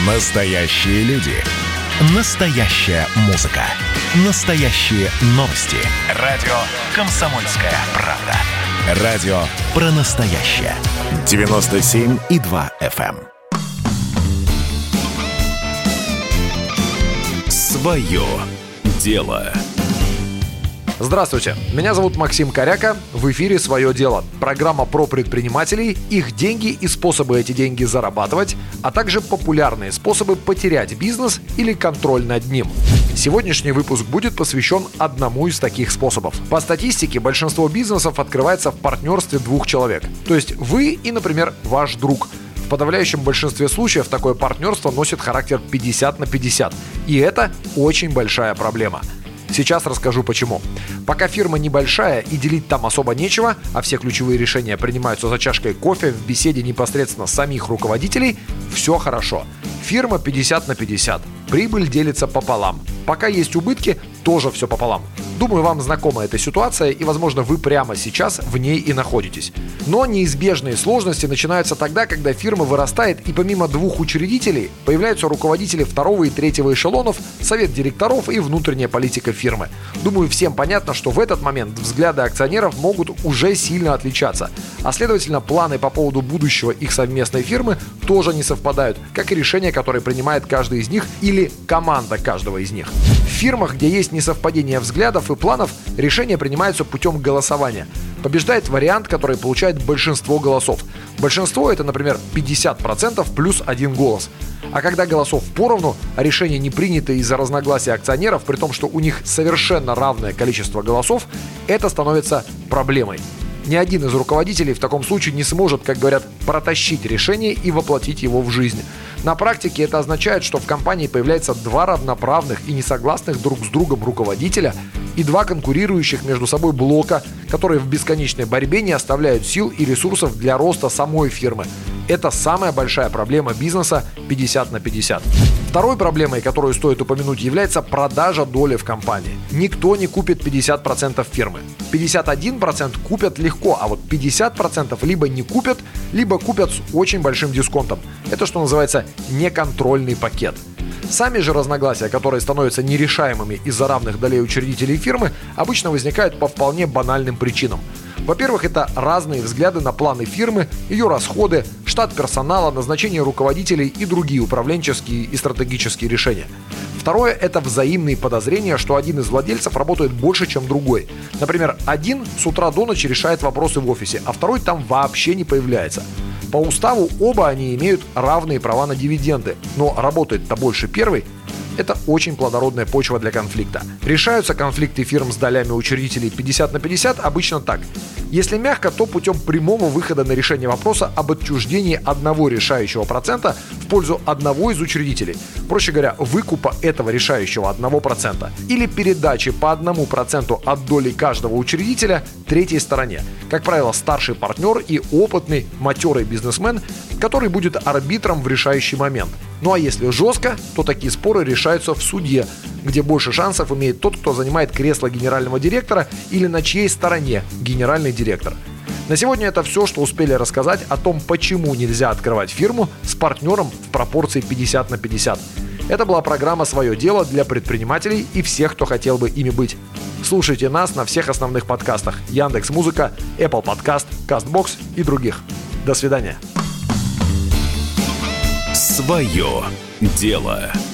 Настоящие люди. Настоящая музыка. Настоящие новости. Радио «Комсомольская правда». Радио про настоящее. 97,2 FM. Свое дело. Здравствуйте, меня зовут Максим Коряка, в эфире «Свое дело». Программа про предпринимателей, их деньги и способы эти деньги зарабатывать, а также популярные способы потерять бизнес или контроль над ним. Сегодняшний выпуск будет посвящен одному из таких способов. По статистике, большинство бизнесов открывается в партнерстве двух человек. То есть вы и, например, ваш друг. В подавляющем большинстве случаев такое партнерство носит характер 50 на 50. И это очень большая проблема. Сейчас расскажу почему. Пока фирма небольшая и делить там особо нечего, а все ключевые решения принимаются за чашкой кофе в беседе непосредственно самих руководителей, все хорошо. Фирма 50 на 50. Прибыль делится пополам. Пока есть убытки, тоже все пополам. Думаю, вам знакома эта ситуация, и, возможно, вы прямо сейчас в ней и находитесь. Но неизбежные сложности начинаются тогда, когда фирма вырастает, и помимо двух учредителей появляются руководители второго и третьего эшелонов, совет директоров и внутренняя политика фирмы. Думаю, всем понятно, что в этот момент взгляды акционеров могут уже сильно отличаться, а следовательно, планы по поводу будущего их совместной фирмы тоже не совпадают, как и решения, которые принимает каждый из них или команда каждого из них. В фирмах, где есть несовпадение взглядов и планов, решения принимаются путем голосования. Побеждает вариант, который получает большинство голосов. Большинство — это, например, 50% плюс один голос. А когда голосов поровну, а решение не принято из-за разногласия акционеров, при том, что у них совершенно равное количество голосов, это становится проблемой. Ни один из руководителей в таком случае не сможет, как говорят, протащить решение и воплотить его в жизнь. На практике это означает, что в компании появляется два равноправных и несогласных друг с другом руководителя и два конкурирующих между собой блока, которые в бесконечной борьбе не оставляют сил и ресурсов для роста самой фирмы. Это самая большая проблема бизнеса 50 на 50. Второй проблемой, которую стоит упомянуть, является продажа доли в компании. Никто не купит 50% фирмы. 51% купят легко, а вот 50% либо не купят, либо купят с очень большим дисконтом. Это, что называется, неконтрольный пакет. Сами же разногласия, которые становятся нерешаемыми из-за равных долей учредителей фирмы, обычно возникают по вполне банальным причинам. Во-первых, это разные взгляды на планы фирмы, ее расходы, штат персонала, назначение руководителей и другие управленческие и стратегические решения. Второе – это взаимные подозрения, что один из владельцев работает больше, чем другой. Например, один с утра до ночи решает вопросы в офисе, а второй там вообще не появляется. По уставу оба они имеют равные права на дивиденды, но работает-то больше первый. Это очень плодородная почва для конфликта. Решаются конфликты фирм с долями учредителей 50 на 50 обычно так. Если мягко, то путем прямого выхода на решение вопроса об отчуждении одного решающего процента в пользу одного из учредителей. Проще говоря, выкупа этого решающего 1%. Или передачи по 1% от доли каждого учредителя третьей стороне. Как правило, старший партнер и опытный, матерый бизнесмен, который будет арбитром в решающий момент. Ну а если жестко, то такие споры решаются в суде, где больше шансов имеет тот, кто занимает кресло генерального директора или на чьей стороне генеральный директор. На сегодня это все, что успели рассказать о том, почему нельзя открывать фирму с партнером в пропорции 50 на 50. Это была программа «Свое дело» для предпринимателей и всех, кто хотел бы ими быть. Слушайте нас на всех основных подкастах: Яндекс.Музыка, Apple Podcast, Castbox и других. До свидания. Свое дело.